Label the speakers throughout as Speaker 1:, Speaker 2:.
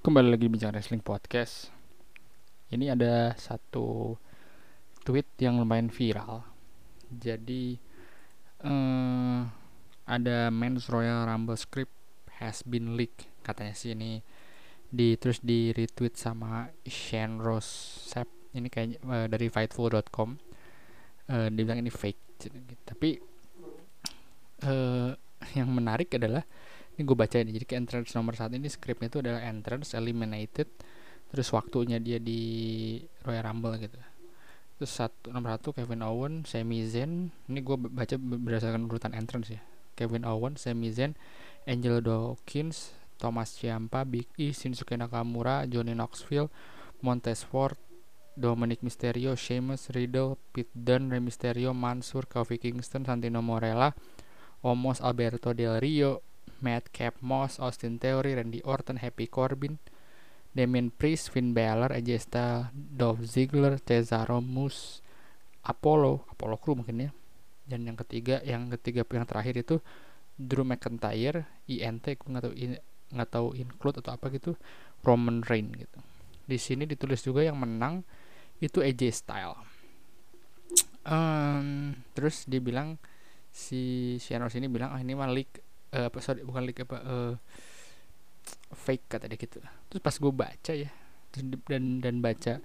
Speaker 1: Kembali lagi bincang wrestling podcast. Ini ada satu tweet yang lumayan viral. Jadi eh, ada Men's Royal Rumble script has been leaked, katanya sih. Ini terus di retweet sama Shane Rossap. Ini kayaknya dari Fightful.com. Dia bilang ini fake. Tapi eh, yang menarik adalah ini gue baca ini. Jadi ke entrance nomor 1 ini skripnya itu adalah entrance eliminated, terus waktunya dia di Royal Rumble gitu. Terus nomor 1 Kevin Owens, Sami Zayn. Ini gue baca berdasarkan urutan entrance ya. Kevin Owens, Sami Zayn, Angelo Dawkins, Thomas Ciampa, Big E, Shinsuke Nakamura, Johnny Knoxville, Montez Ford, Dominic Mysterio, Sheamus, Riddle, Pete Dunne, Rey Mysterio, Mansoor, Kofi Kingston, Santino Morella, Omos, Alberto Del Rio, Madcap Moss, Austin Theory, Randy Orton, Happy Corbin, Damien Priest, Finn Balor, AJ Styles, Dolph Ziggler, Cesaro, Moose, Apollo Crew mungkin ya. Dan yang terakhir itu Drew McIntyre, INT, gue nggak tahu include atau apa gitu, Roman Reigns gitu. Di sini ditulis juga yang menang itu AJ Styles. Terus dia bilang, si Shanos ini bilang ini mah leak, bukan leak, fake kata dia gitu. Terus pas gue baca ya, dan baca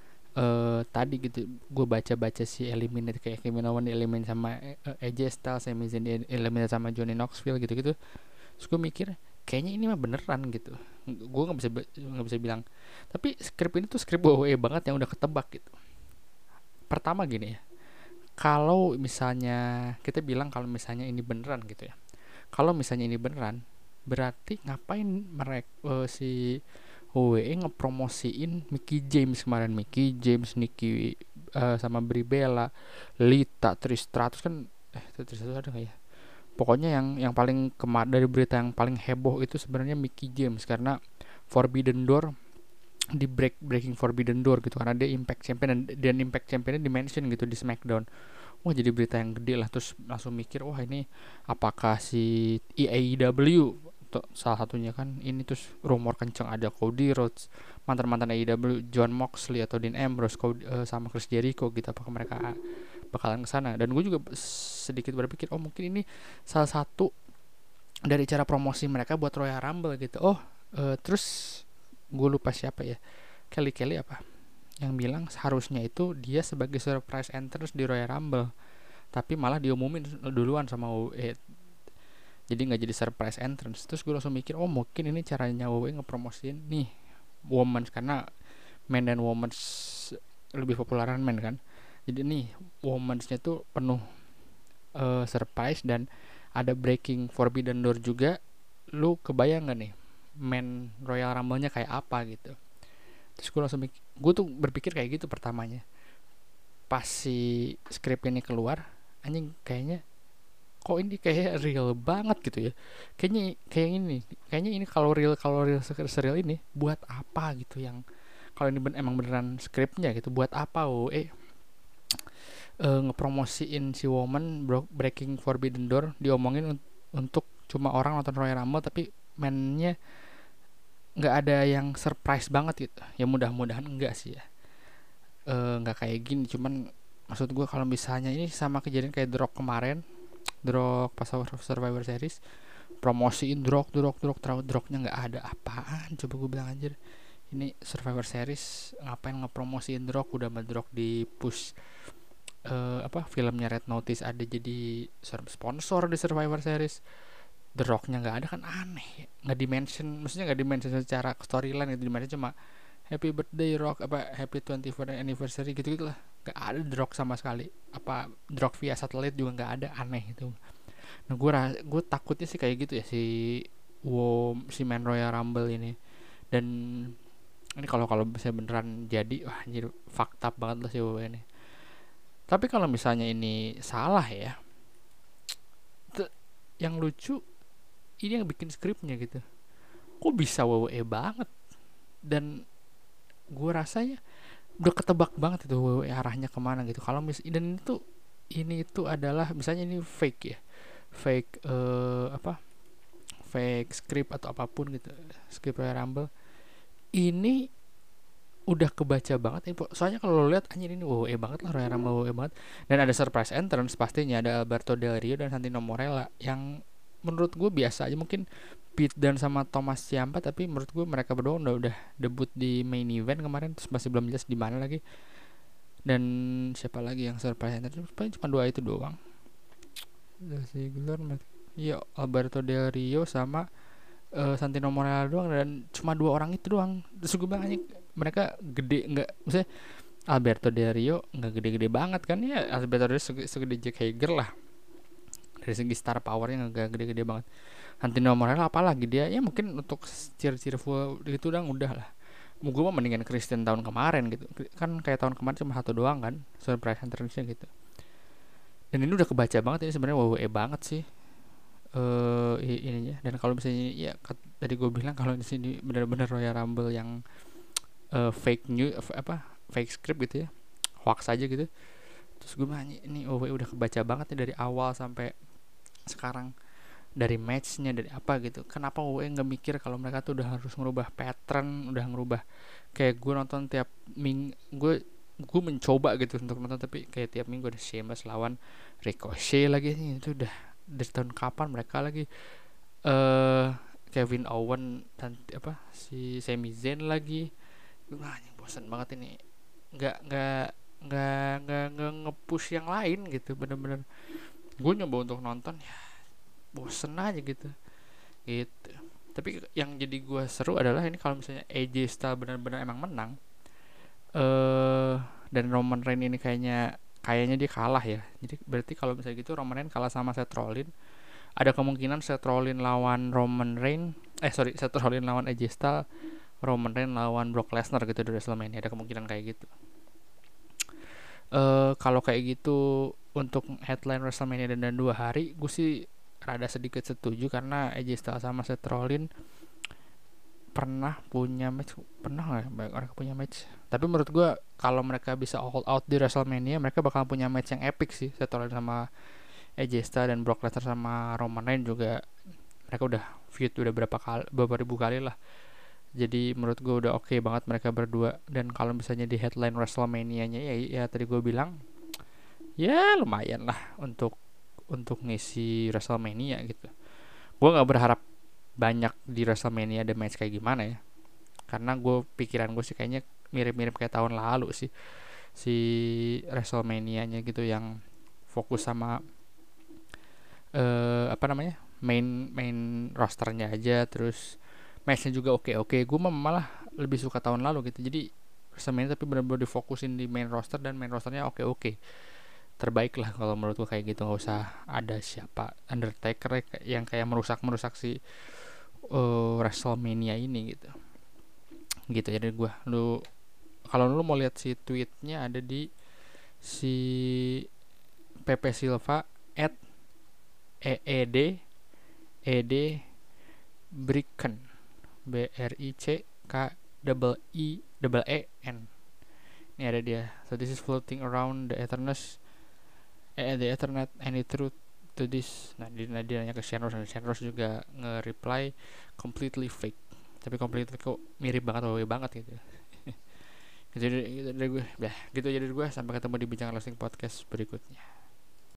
Speaker 1: tadi gitu, gue baca si eliminate kayak Kevin Owens eliminate sama AJ Styles, Sami Zayn eliminate sama Johnny Knoxville gitu-gitu. Terus gue mikir kayaknya ini mah beneran gitu. Gue nggak bisa bilang, tapi skrip ini tuh skrip WWE banget yang udah ketebak gitu. Pertama gini ya, kalau misalnya kita bilang kalau misalnya ini beneran gitu ya, kalau misalnya ini beneran, berarti ngapain mereka si WWE ngepromosiin Mickey James kemarin, Nikki, sama Brie Bella, Lita, Trish Stratus kan, Trish Stratus ada nggak ya? Pokoknya yang paling dari berita yang paling heboh itu sebenarnya Mickey James, karena Forbidden Door di breaking Forbidden Door gitu, karena dia Impact Champion, dan Impact Championnya di mention gitu di SmackDown. Wah, jadi berita yang gede lah. Terus langsung mikir, wah ini apakah si AEW salah satunya kan ini. Terus rumor kenceng ada Cody Rhodes, mantan AEW, John Moxley atau Dean Ambrose, sama Chris Jericho gitu, apakah mereka bakalan kesana. Dan gue juga sedikit berpikir, oh mungkin ini salah satu dari cara promosi mereka buat Royal Rumble gitu. Terus gue lupa siapa ya, Kelly apa yang bilang seharusnya itu dia sebagai surprise entrance di Royal Rumble, tapi malah diumumin duluan sama WWE, jadi nggak jadi surprise entrance. Terus gue langsung mikir, oh mungkin ini caranya WWE ngepromosin nih women's, karena men dan women's lebih popularan men kan. Jadi nih women's-nya tuh penuh surprise, dan ada breaking Forbidden Door juga. Lu kebayang gak nih men Royal Rumble-nya kayak apa gitu. Terus gue tuh berpikir kayak gitu pertamanya. Pas si skrip ini keluar, anjing kayaknya kok ini kayak real banget gitu ya. Kayaknya ini kalau real serial ini buat apa gitu, yang kalau ini emang beneran skripnya gitu, buat apa ngepromosiin si Woman Breaking Forbidden Door, diomongin untuk cuma orang nonton Royal Rumble, tapi mainnya nggak ada yang surprise banget gitu. Ya mudah-mudahan enggak sih ya, nggak kayak gini. Cuman maksud gue kalau misalnya ini sama kejadian kayak The Rock kemarin, The Rock pas Survivor Series, promosiin Rocknya nggak ada. Apaan coba, gue bilang anjir, ini Survivor Series ngapain ngepromosiin The Rock, udah sama The Rock di push filmnya Red Notice ada jadi sponsor di Survivor Series, The Rocknya nggak ada kan aneh. Nggak dimention, maksudnya nggak dimention secara storyline itu, dimention cuma Happy Birthday Rock, apa Happy 24th Anniversary gitu lah. Nggak ada The Rock sama sekali, apa The Rock via satelit juga nggak ada, aneh itu. Nah gue takutnya sih kayak gitu ya si Man Royal Rumble ini. Dan ini kalau bisa beneran jadi, wah anjir fucked up banget lah si WWE ini. Tapi kalau misalnya ini salah ya, yang lucu ini yang bikin skripnya gitu, kok bisa WWE banget. Dan gue rasanya udah ketebak banget itu WWE arahnya kemana gitu. Kalau dan ini adalah misalnya ini fake ya, fake fake script atau apapun gitu, script Royal Rumble, ini udah kebaca banget nih, soalnya kalau lo lihat anjir ini WWE banget lah, Royal Rumble WWE banget, dan ada surprise entrance pastinya, ada Alberto Del Rio dan Santino Morella yang menurut gue biasa aja. Mungkin Pete dan sama Thomas Ciampa, tapi menurut gue mereka berdua udah debut di main event kemarin, terus masih belum jelas di mana lagi. Dan siapa lagi yang surprise entrance, paling cuma dua itu doang, Ziggler, iya Alberto Del Rio sama Santino Morella doang, dan cuma dua orang itu doang. Terus gue bilang aja mereka gede nggak, maksudnya Alberto Del Rio nggak gede-gede banget kan ya, Alberto Del Rio segede Jack Hager lah dari segi star powernya, nggak gede-gede banget. Santino Morella apalagi dia ya, mungkin untuk cheerful gitu udah lah. Gue mah mendingan Christian tahun kemarin gitu kan, kayak tahun kemarin cuma satu doang kan surprise entrance-nya gitu. Dan ini udah kebaca banget, ini sebenarnya WWE banget sih ininya. Dan kalau misalnya ya tadi gue bilang kalau di sini benar-benar Royal Rumble yang fake news, fake script gitu ya, hoax aja gitu. Terus gue nanya ini WWE udah kebaca banget nih dari awal sampai sekarang, dari matchnya, dari apa gitu. Kenapa WWE nggak mikir kalau mereka tuh udah harus ngerubah pattern, udah ngerubah, kayak gue nonton tiap minggu, gue mencoba gitu untuk nonton, tapi kayak tiap minggu ada Sheamus lawan Ricochet lagi nih, itu udah dari tahun kapan mereka lagi Kevin Owen dan si Sami Zayn lagi. Gue bosan banget ini, nggak nge-push yang lain gitu. Bener-bener gue nyoba untuk nonton ya bosen aja gitu. Tapi yang jadi gue seru adalah ini kalau misalnya AJ Styles benar-benar emang menang, dan Roman Reigns ini kayaknya dia kalah ya. Jadi berarti kalau misalnya gitu Roman Reigns kalah sama Seth Rollins, ada kemungkinan Seth Rollins lawan Roman Reigns, Seth Rollins lawan AJ Styles, Roman Reigns lawan Brock Lesnar gitu di WrestleMania. Ada kemungkinan kayak gitu. Kalau kayak gitu untuk headline WrestleMania dan 2 hari, gue sih rada sedikit setuju, karena AJ Styles sama Seth Rollins pernah punya match, mereka punya match. Tapi menurut gue kalau mereka bisa all out di WrestleMania, mereka bakal punya match yang epic sih. Seth Rollins sama AJ Styles dan Brock Lesnar sama Roman Reigns juga, mereka udah feud udah beberapa ribu kali lah. Jadi menurut gue udah oke banget mereka berdua. Dan kalau misalnya di headline WrestleMania-nya ya tadi gue bilang ya lumayan lah untuk ngisi WrestleMania gitu. Gue nggak berharap banyak di WrestleMania ada match kayak gimana ya, karena pikiran gue sih kayaknya mirip-mirip kayak tahun lalu sih, si WrestleMania-nya gitu, yang fokus sama main rosternya aja, terus matchnya juga oke. Gue malah lebih suka tahun lalu gitu. Jadi WrestleMania tapi benar-benar difokusin di main roster, dan main rosternya oke, terbaik lah kalau menurut gue kayak gitu. Nggak usah ada siapa Undertaker yang kayak merusak si WrestleMania ini gitu. Jadi gue, kalau lu mau lihat si tweetnya ada di si Pepe Silva @EED Bricken BRICKEEN. Ini ada dia. So this is floating around the Ethernet, any truth to this. Nah dia nanya ke Shane Ross, dan Shane Ross juga nge-reply completely fake. Tapi completely kok mirip banget, banget gitu. Gitu dari gue. Sampai ketemu di Bincang Wrestling Podcast berikutnya.